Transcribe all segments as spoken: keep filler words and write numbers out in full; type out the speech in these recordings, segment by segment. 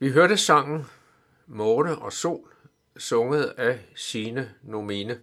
Vi hørte sangen Måne og Sol, sunget af Signe Nomine.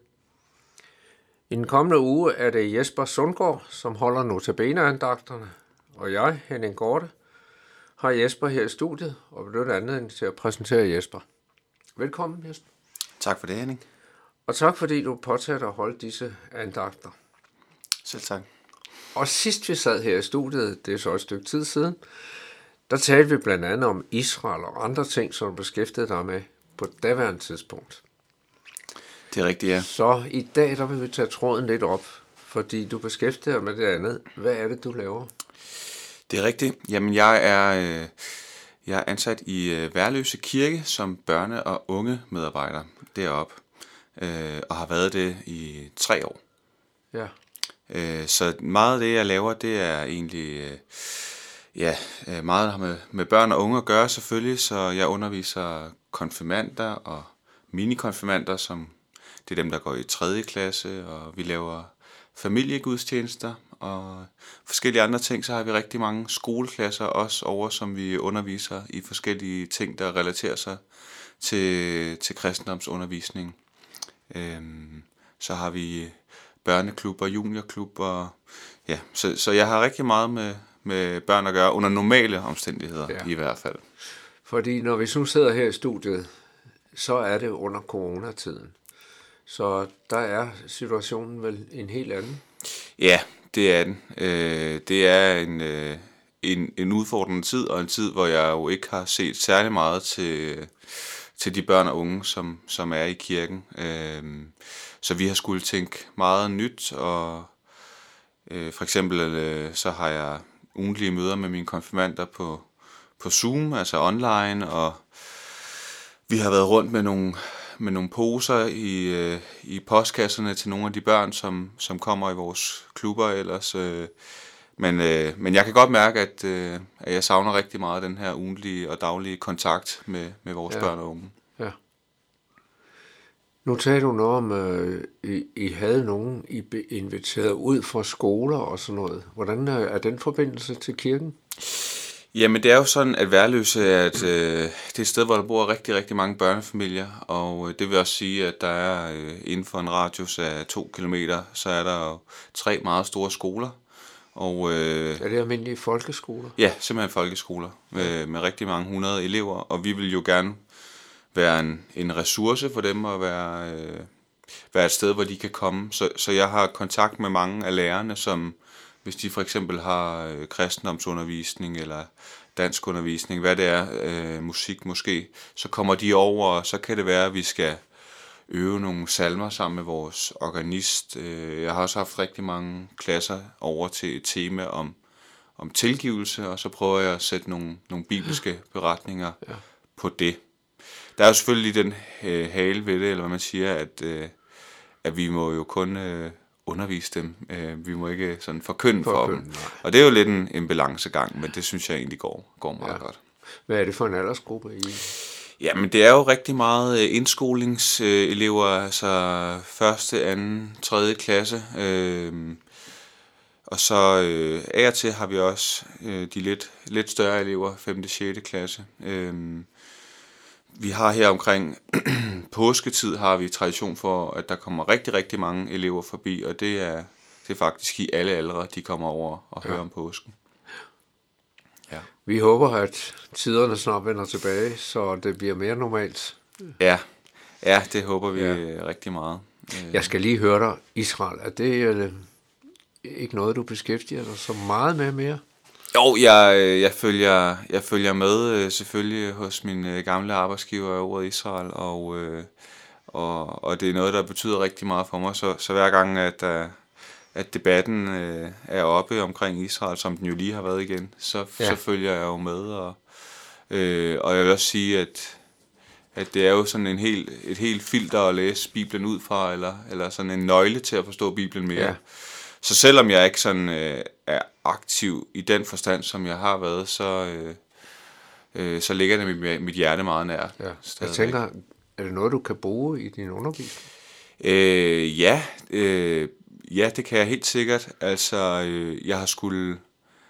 I den kommende uge er det Jesper Sundgaard, som holder notabeneandagterne, og jeg, Henning Gorte, har Jesper her i studiet, og vil benytte anledning til at præsentere Jesper. Velkommen, Jesper. Tak for det, Henning. Og tak fordi du påtager at holde disse andagter. Selv tak. Og sidst vi sad her i studiet, det er så et stykke tid siden, der talte vi blandt andet om Israel og andre ting, som du beskæftigede dig med på daværende tidspunkt. Det er rigtigt, ja. Så i dag der vil vi tage tråden lidt op, fordi du beskæftiger dig med det andet. Hvad er det, du laver? Det er rigtigt. Jamen, jeg er, øh, jeg er ansat i øh, Værløse Kirke som børne- og unge medarbejder deroppe, øh, og har været det i tre år. Ja. Øh, så meget af det, jeg laver, det er egentlig øh, ja, meget har med, med børn og unge at gøre selvfølgelig, så jeg underviser konfirmander og minikonfirmander, som det er dem, der går i tredje klasse, og vi laver familiegudstjenester og forskellige andre ting. Så har vi rigtig mange skoleklasser også over, som vi underviser i forskellige ting, der relaterer sig til, til kristendomsundervisning. Øhm, så har vi børneklubber, juniorklubber, ja, så, så jeg har rigtig meget med, med børn at gøre, under normale omstændigheder, ja. I hvert fald. Fordi når vi nu sidder her i studiet, så er det under coronatiden. Så der er situationen vel en helt anden? Ja, det er den. Øh, det er en, øh, en, en udfordrende tid, og en tid, hvor jeg jo ikke har set særlig meget til, til de børn og unge, som, som er i kirken. Øh, så vi har skulle tænke meget nyt, og øh, for eksempel øh, så har jeg ugentlige møder med mine konfirmander på, på Zoom, altså online, og vi har været rundt med nogle, med nogle poser i, øh, i postkasserne til nogle af de børn, som, som kommer i vores klubber ellers. Øh. Men, øh, men jeg kan godt mærke, at, øh, at jeg savner rigtig meget den her ugentlige og daglige kontakt med, med vores ja. børn og unge. Ja. Nu taler du noget om, øh, I, I havde nogen, I inviteret ud fra skoler og sådan noget. Hvordan er den forbindelse til kirken? Jamen det er jo sådan, at Værløse er et, øh, det er et sted, hvor der bor rigtig, rigtig mange børnefamilier, og øh, det vil også sige, at der er øh, inden for en radius af to kilometer, så er der jo tre meget store skoler. Og, øh, er det almindelige folkeskoler? Ja, simpelthen folkeskoler med, med rigtig mange hundrede elever, og vi vil jo gerne være en, en ressource for dem og være, øh, være et sted, hvor de kan komme. Så, så jeg har kontakt med mange af lærerne, som hvis de for eksempel har øh, kristendomsundervisning eller danskundervisning, hvad det er, øh, musik måske, så kommer de over, og så kan det være, at vi skal øve nogle salmer sammen med vores organist. Øh, jeg har også haft rigtig mange klasser over til et tema om, om tilgivelse, og så prøver jeg at sætte nogle, nogle bibelske beretninger ja. på det. Der er jo selvfølgelig den øh, hale ved det, eller hvad man siger, at, øh, at vi må jo kun øh, undervise dem. Øh, vi må ikke sådan forkynde for, for dem. Nej. Og det er jo lidt en, en balancegang, men det synes jeg egentlig går, går meget ja. godt. Hvad er det for en aldersgruppe i? Jamen det er jo rigtig meget indskolingselever, altså første, anden, tredje klasse. Øh, og så øh, af og til har vi også øh, de lidt, lidt større elever, femte, sjette klasse. Øh, Vi har her omkring påsketid har vi tradition for, at der kommer rigtig, rigtig mange elever forbi, og det er, det er faktisk i alle aldre, de kommer over og hører ja. om påsken. Ja. Vi håber, at tiderne snart vender tilbage, så det bliver mere normalt. Ja, ja det håber vi ja. rigtig meget. Jeg skal lige høre dig, Israel, er det øh, ikke noget, du beskæftiger dig så meget med mere? Jo, jeg, jeg, følger, jeg følger med selvfølgelig hos min gamle arbejdsgiver over i Israel, og, og, og det er noget, der betyder rigtig meget for mig. Så, så hver gang, at, at debatten er oppe omkring Israel, som den jo lige har været igen, så, ja. så følger jeg jo med. Og, og jeg vil også sige, at, at det er jo sådan en helt, et helt filter at læse Bibelen ud fra, eller, eller sådan en nøgle til at forstå Bibelen mere. Ja. Så selvom jeg ikke sådan øh, er aktiv i den forstand, som jeg har været, så, øh, øh, så ligger det mit, mit hjerte meget nær. Ja. Jeg tænker, er det noget, du kan bruge i din undervisning? Øh, ja, øh, ja, det kan jeg helt sikkert. Altså, øh, jeg har skulle,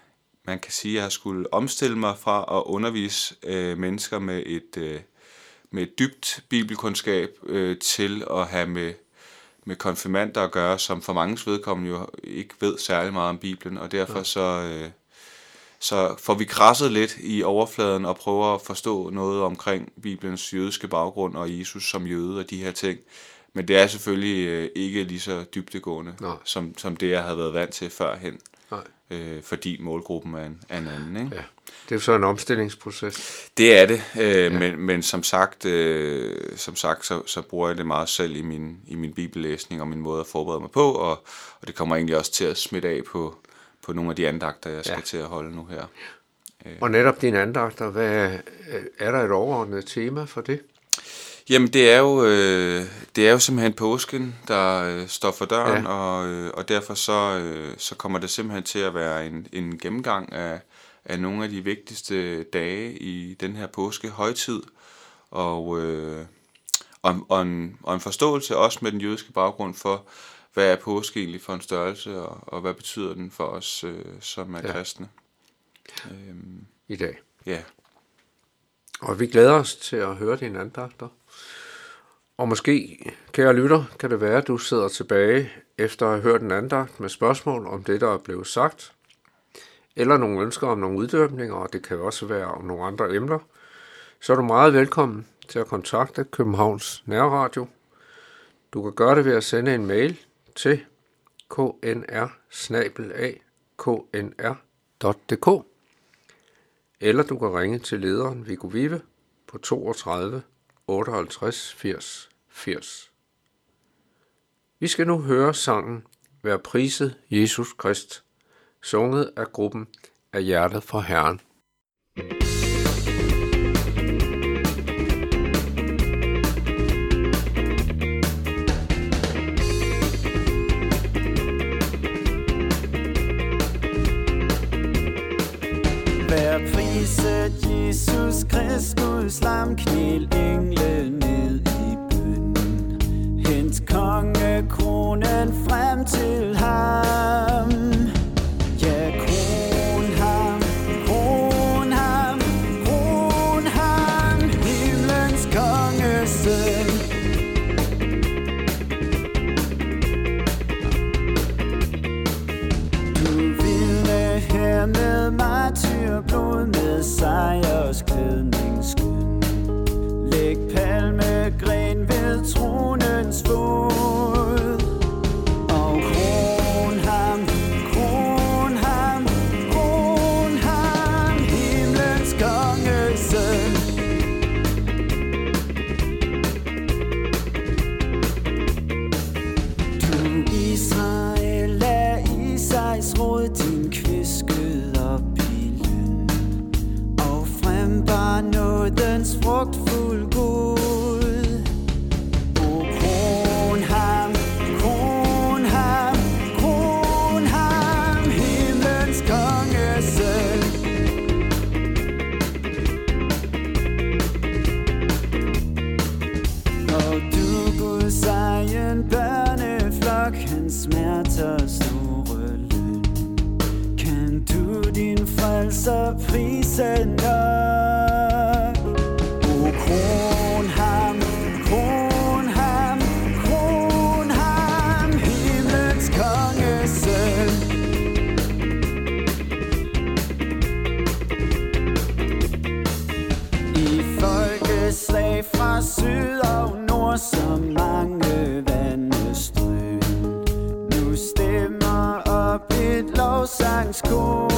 man kan sige, at jeg har skulle omstille mig fra at undervise øh, mennesker med et, øh, med et dybt bibelkundskab øh, til at have med, med konfirmander at gøre, som for manges vedkommende jo ikke ved særlig meget om Bibelen, og derfor ja. så, øh, så får vi krasset lidt i overfladen og prøver at forstå noget omkring Bibelens jødiske baggrund og Jesus som jøde og de her ting. Men det er selvfølgelig øh, ikke lige så dybdegående, som, som det, jeg havde været vant til førhen. Nej. Øh, fordi målgruppen er en, er en anden. Ikke? Ja. Det er jo så en omstillingsproces. Det er det, øh, ja. men, men som sagt, øh, som sagt så, så bruger jeg det meget selv i min, i min bibellæsning og min måde at forberede mig på, og, og det kommer egentlig også til at smitte af på, på nogle af de andagter, jeg skal ja. til at holde nu her. Og netop dine andagter, hvad, er der et overordnet tema for det? Jamen det er jo øh, det er jo simpelthen påsken, der øh, står for døren, ja. og, øh, og derfor så, øh, så kommer det simpelthen til at være en, en gennemgang af, af nogle af de vigtigste dage i den her påskehøjtid, og, øh, og, og, en, og en forståelse også med den jødiske baggrund for, hvad er påske egentlig for en størrelse, og, og hvad betyder den for os, øh, som er ja. kristne. Øhm, I dag. Ja. Og vi glæder os til at høre dine andagter. Og måske, kære lytter, kan det være, at du sidder tilbage efter at have hørt en andagt med spørgsmål om det, der er blevet sagt, eller nogle ønsker om nogle uddybninger, og det kan også være om nogle andre emner, så er du meget velkommen til at kontakte Københavns Nærradio. Du kan gøre det ved at sende en mail til k n r bindestreg k n r punktum d k, eller du kan ringe til lederen Viggo Vive på toogtredive otteoghalvtreds firs firs. Vi skal nu høre sangen Vær priset Jesus Krist, sunget af gruppen Af hjertet fra Herren. Vær priset Jesus Krist, Guds lam, knæl engle ned i bønnen. Hent kongekronen frem til ham. Ja, kron ham, kron ham, kron ham, himlens kongesøn. Du ville her med martyrblod, med sejrsklædning skøn. Læg palmegren ved tronens fod. Og kron ham, kron ham, kron ham, himlens kongesøn. Du Israel er Isais rod, din kviskede op i løn, og frembar nådens frugtfuld Gud. O kron ham, kron ham, kron ham, himlens kongesøn. Og du Guds egen børneflok, hans smerter store løn, kan du din frelser prise nok. O kron ham, kron ham, kron ham, himlens kongesøn. I folkeslag fra syd og nord, så mange vandestrøm, nu stemmer op et lovsangskor.